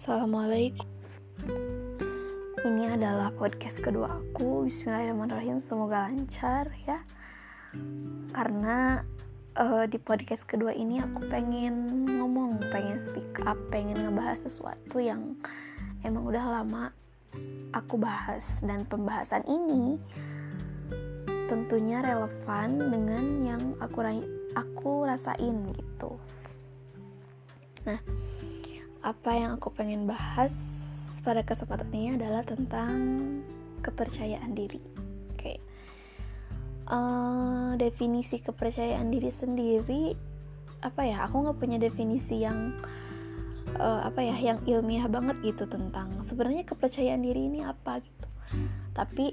Assalamualaikum. Ini adalah podcast kedua aku. Bismillahirrahmanirrahim. Semoga lancar ya. Karena di podcast kedua ini aku pengen speak up, pengen ngebahas sesuatu yang emang udah lama aku bahas, dan pembahasan ini tentunya relevan dengan yang aku rasain gitu. Nah, apa yang aku pengen bahas pada kesempatan ini adalah tentang kepercayaan diri. Oke. Definisi kepercayaan diri sendiri apa ya? Aku nggak punya definisi yang yang ilmiah banget gitu tentang sebenarnya kepercayaan diri ini apa gitu. Tapi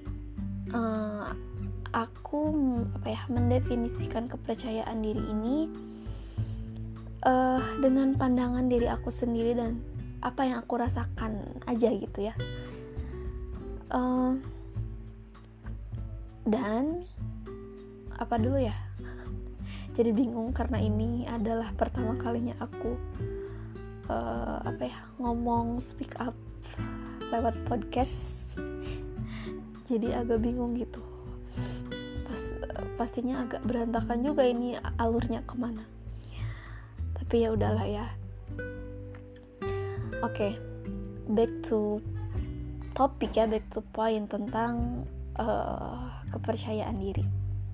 aku mendefinisikan kepercayaan diri ini dengan pandangan diri aku sendiri dan apa yang aku rasakan aja gitu ya. Dan apa dulu ya? Jadi bingung karena ini adalah pertama kalinya aku ngomong speak up lewat podcast. Jadi agak bingung gitu. Pastinya agak berantakan juga ini alurnya kemana. Tapi ya udahlah ya. Oke, back to topik ya, back to point tentang kepercayaan diri.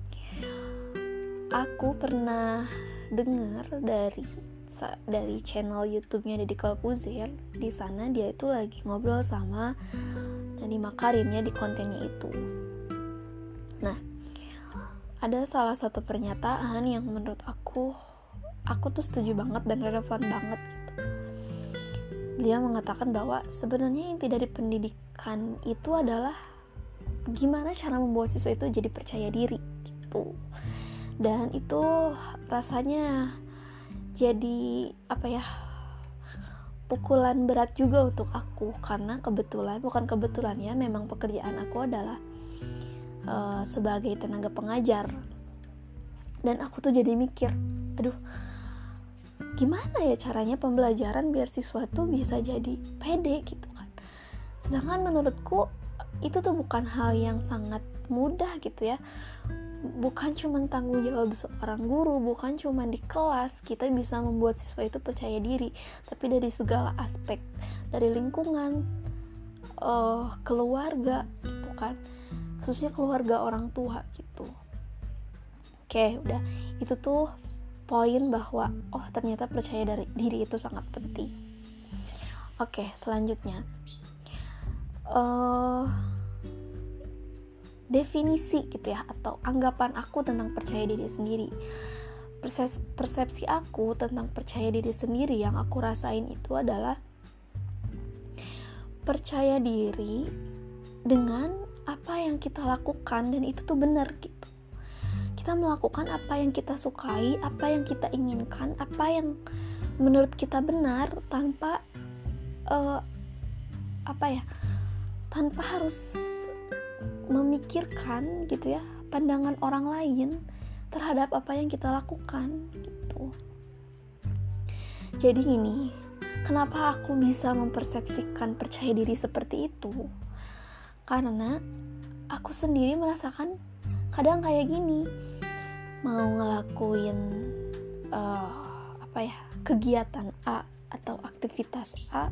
Aku pernah dengar dari channel YouTube-nya Deddy Corbuzier. Di sana dia itu lagi ngobrol sama Nadiem Makarim ya di kontennya itu. Nah, ada salah satu pernyataan yang menurut aku tuh setuju banget dan relevan banget gitu. Dia mengatakan bahwa sebenarnya inti dari pendidikan itu adalah gimana cara membuat siswa itu jadi percaya diri gitu. Dan itu rasanya jadi pukulan berat juga untuk aku, karena memang pekerjaan aku adalah sebagai tenaga pengajar. Dan aku tuh jadi mikir, aduh, gimana ya caranya pembelajaran biar siswa tuh bisa jadi pede gitu kan. Sedangkan menurutku itu tuh bukan hal yang sangat mudah gitu ya. Bukan cuma tanggung jawab seorang guru, bukan cuma di kelas kita bisa membuat siswa itu percaya diri, tapi dari segala aspek, dari lingkungan, keluarga gitu kan, khususnya keluarga orang tua gitu. Oke, udah, itu tuh poin bahwa ternyata percaya diri itu sangat penting. Oke, selanjutnya definisi gitu ya, atau anggapan aku tentang percaya diri sendiri. Persepsi aku tentang percaya diri sendiri yang aku rasain itu adalah percaya diri dengan apa yang kita lakukan dan itu tuh benar gitu. Kita melakukan apa yang kita sukai, apa yang kita inginkan, apa yang menurut kita benar, tanpa tanpa harus memikirkan gitu ya pandangan orang lain terhadap apa yang kita lakukan gitu. Jadi gini, kenapa aku bisa mempersepsikan percaya diri seperti itu? Karena aku sendiri merasakan kadang kayak gini, mau ngelakuin kegiatan A atau aktivitas A,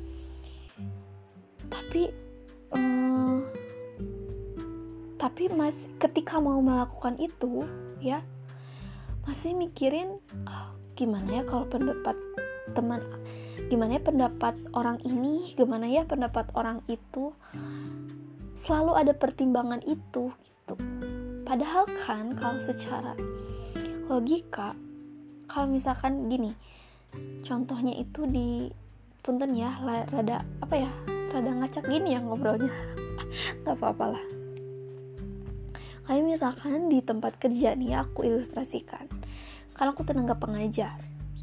tapi ketika mau melakukan itu ya masih mikirin gimana ya kalau pendapat teman, gimana ya pendapat orang ini, gimana ya pendapat orang itu. Selalu ada pertimbangan itu gitu. Padahal kan kalau secara logika, kalau misalkan gini, contohnya itu di punten ya, rada ngacak gini ya ngobrolnya. Gak apa-apa lah. Kayak misalkan di tempat kerja nih, aku ilustrasikan. Karena aku tenaga pengajar.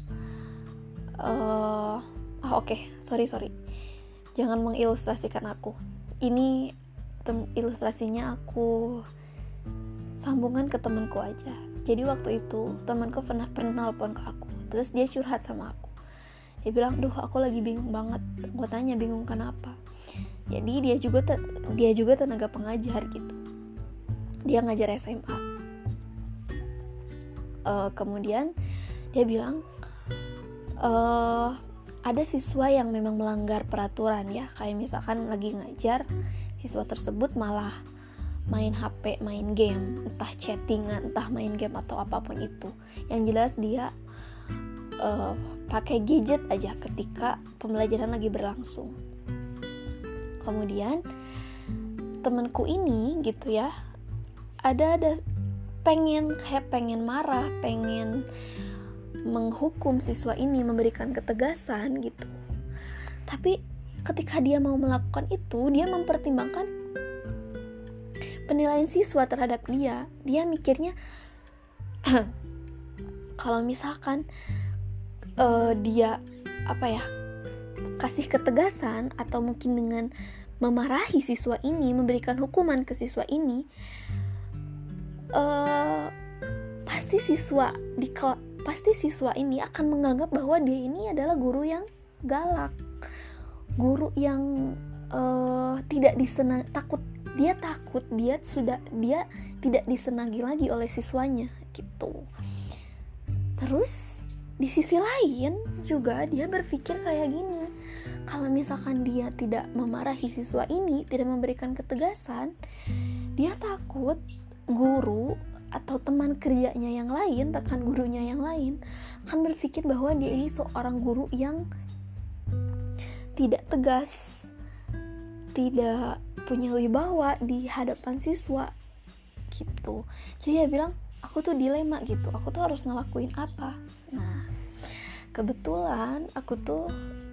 Sorry. Jangan mengilustrasikan aku. Ini ilustrasinya aku sambungan ke temanku aja. Jadi waktu itu temanku pernah nelpon ke aku. Terus dia curhat sama aku. Dia bilang, duh aku lagi bingung banget. Gue tanya, bingung kenapa? Jadi dia juga tenaga pengajar gitu. Dia ngajar SMA. Kemudian dia bilang, ada siswa yang memang melanggar peraturan ya, kayak misalkan lagi ngajar, siswa tersebut malah main HP, main game, entah chattingan, entah main game atau apapun itu. Yang jelas dia pakai gadget aja ketika pembelajaran lagi berlangsung. Kemudian temanku ini gitu ya, ada pengen marah, pengen menghukum siswa ini, memberikan ketegasan gitu. Tapi ketika dia mau melakukan itu, dia mempertimbangkan penilaian siswa terhadap dia. Dia mikirnya kalau misalkan dia kasih ketegasan atau mungkin dengan memarahi siswa ini, memberikan hukuman ke siswa ini, pasti siswa ini akan menganggap bahwa dia ini adalah guru yang galak, guru yang tidak disenang, dia tidak disenangi lagi oleh siswanya gitu. Terus di sisi lain juga dia berpikir kayak gini, kalau misalkan dia tidak memarahi siswa ini, tidak memberikan ketegasan, dia takut guru atau teman kerjanya yang lain, rekan gurunya yang lain akan berpikir bahwa dia ini seorang guru yang tidak tegas, tidak punya wibawa di hadapan siswa gitu. Jadi dia bilang, aku tuh dilema gitu, aku tuh harus ngelakuin apa. Nah, kebetulan aku tuh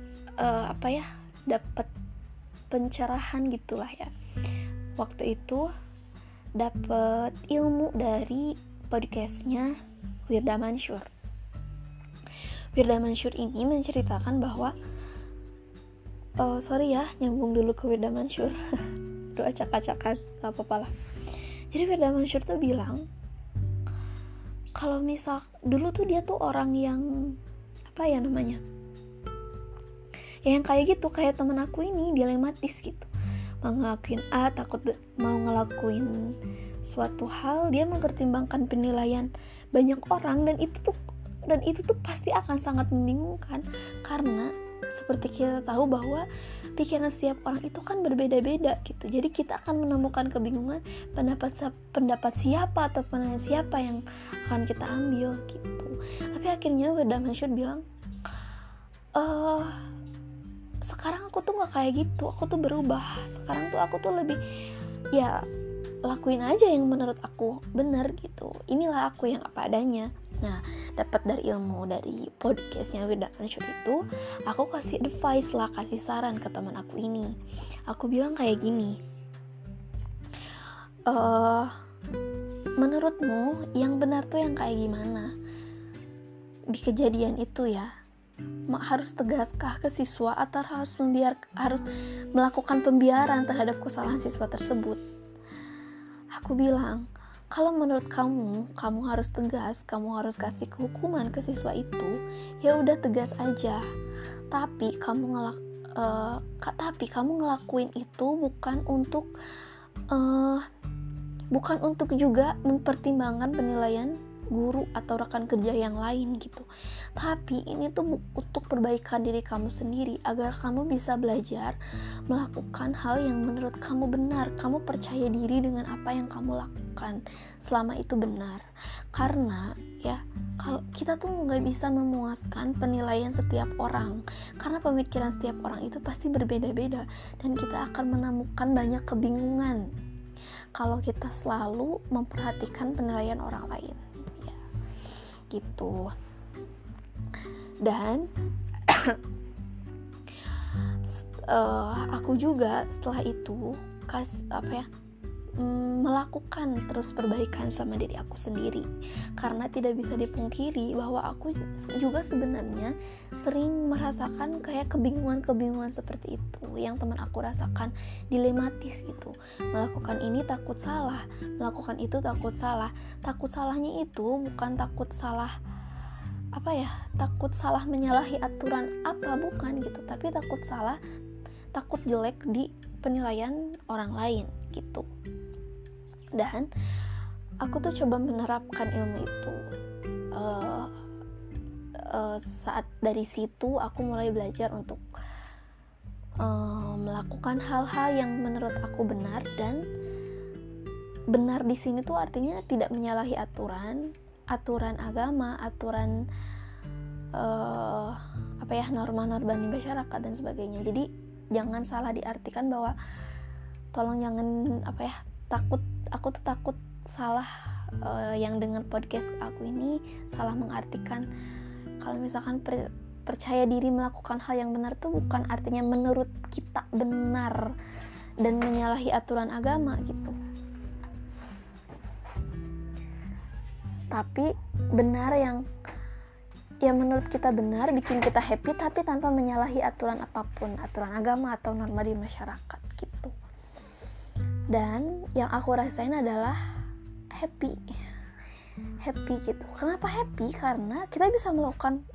dapat pencerahan gitulah ya. Waktu itu dapat ilmu dari podcastnya Wirda Mansur. Wirda Mansur ini menceritakan bahwa sorry ya, nyambung dulu ke Wirda Mansur. Aduh, acak-acakan, gak apa-apa lah. Jadi Wirda Mansur tuh bilang, kalau misal dulu tuh dia tuh orang yang yang kayak gitu, kayak temen aku ini dilematis gitu, mau ngelakuin A, takut mau ngelakuin suatu hal, dia mempertimbangkan penilaian banyak orang, dan itu tuh pasti akan sangat membingungkan, karena seperti kita tahu bahwa pikiran setiap orang itu kan berbeda-beda gitu. Jadi kita akan menemukan kebingungan pendapat siapa atau penilaian siapa yang akan kita ambil gitu. Tapi akhirnya Wirda Mansur bilang, sekarang aku tuh gak kayak gitu, aku tuh berubah. Sekarang tuh aku tuh lebih ya lakuin aja yang menurut aku benar gitu. Inilah aku yang apa adanya. Nah, dapat dari ilmu dari podcastnya Wirda Mansur itu, aku kasih advice lah, kasih saran ke teman aku ini. Aku bilang kayak gini, menurutmu yang benar tuh yang kayak gimana di kejadian itu ya? Harus tegaskah ke siswa atau harus melakukan pembiaran terhadap kesalahan siswa tersebut? Aku bilang, kalau menurut kamu harus tegas, kamu harus kasih hukuman ke siswa itu, ya udah tegas aja. Tapi kamu ngelakuin itu bukan untuk juga mempertimbangkan penilaian guru atau rekan kerja yang lain gitu. Tapi ini tuh untuk perbaikan diri kamu sendiri, agar kamu bisa belajar melakukan hal yang menurut kamu benar. Kamu percaya diri dengan apa yang kamu lakukan selama itu benar. Karena ya, kalau kita tuh nggak bisa memuaskan penilaian setiap orang, karena pemikiran setiap orang itu pasti berbeda-beda, dan kita akan menemukan banyak kebingungan kalau kita selalu memperhatikan penilaian orang lain ya, gitu. Dan aku juga setelah itu melakukan terus perbaikan sama diri aku sendiri, karena tidak bisa dipungkiri bahwa aku juga sebenarnya sering merasakan kayak kebingungan seperti itu yang teman aku rasakan, dilematis gitu. Melakukan ini takut salah, melakukan itu takut salah. Takut salahnya itu bukan takut salah takut salah menyalahi aturan apa, bukan gitu, tapi takut jelek di penilaian orang lain gitu. Dan aku tuh coba menerapkan ilmu itu. Saat dari situ aku mulai belajar untuk melakukan hal-hal yang menurut aku benar, dan benar di sini tuh artinya tidak menyalahi aturan agama, aturan norma-norma di masyarakat dan sebagainya. Jadi jangan salah diartikan bahwa, tolong jangan aku tuh takut salah yang dengan podcast aku ini salah mengartikan kalau misalkan percaya diri melakukan hal yang benar tuh bukan artinya menurut kita benar dan menyalahi aturan agama gitu. Tapi benar yang menurut kita benar, bikin kita happy, tapi tanpa menyalahi aturan apapun, aturan agama atau norma di masyarakat gitu. Dan yang aku rasain adalah happy gitu. Kenapa happy? Karena kita bisa melakukan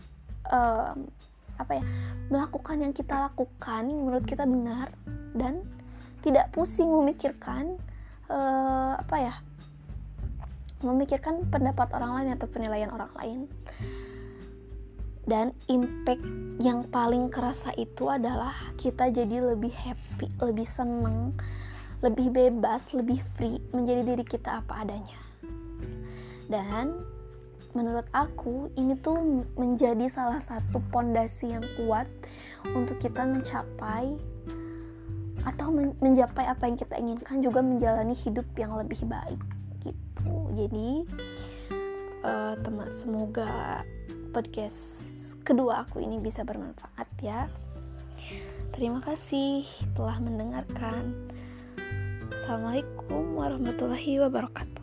melakukan yang kita lakukan menurut kita benar, dan tidak pusing memikirkan memikirkan pendapat orang lain atau penilaian orang lain. Dan impact yang paling kerasa itu adalah kita jadi lebih happy, lebih seneng, lebih bebas, lebih free, menjadi diri kita apa adanya. Dan menurut aku ini tuh menjadi salah satu pondasi yang kuat untuk kita mencapai atau mencapai apa yang kita inginkan, juga menjalani hidup yang lebih baik gitu. Jadi semoga podcast kedua aku ini bisa bermanfaat ya. Terima kasih telah mendengarkan. Assalamualaikum warahmatullahi wabarakatuh.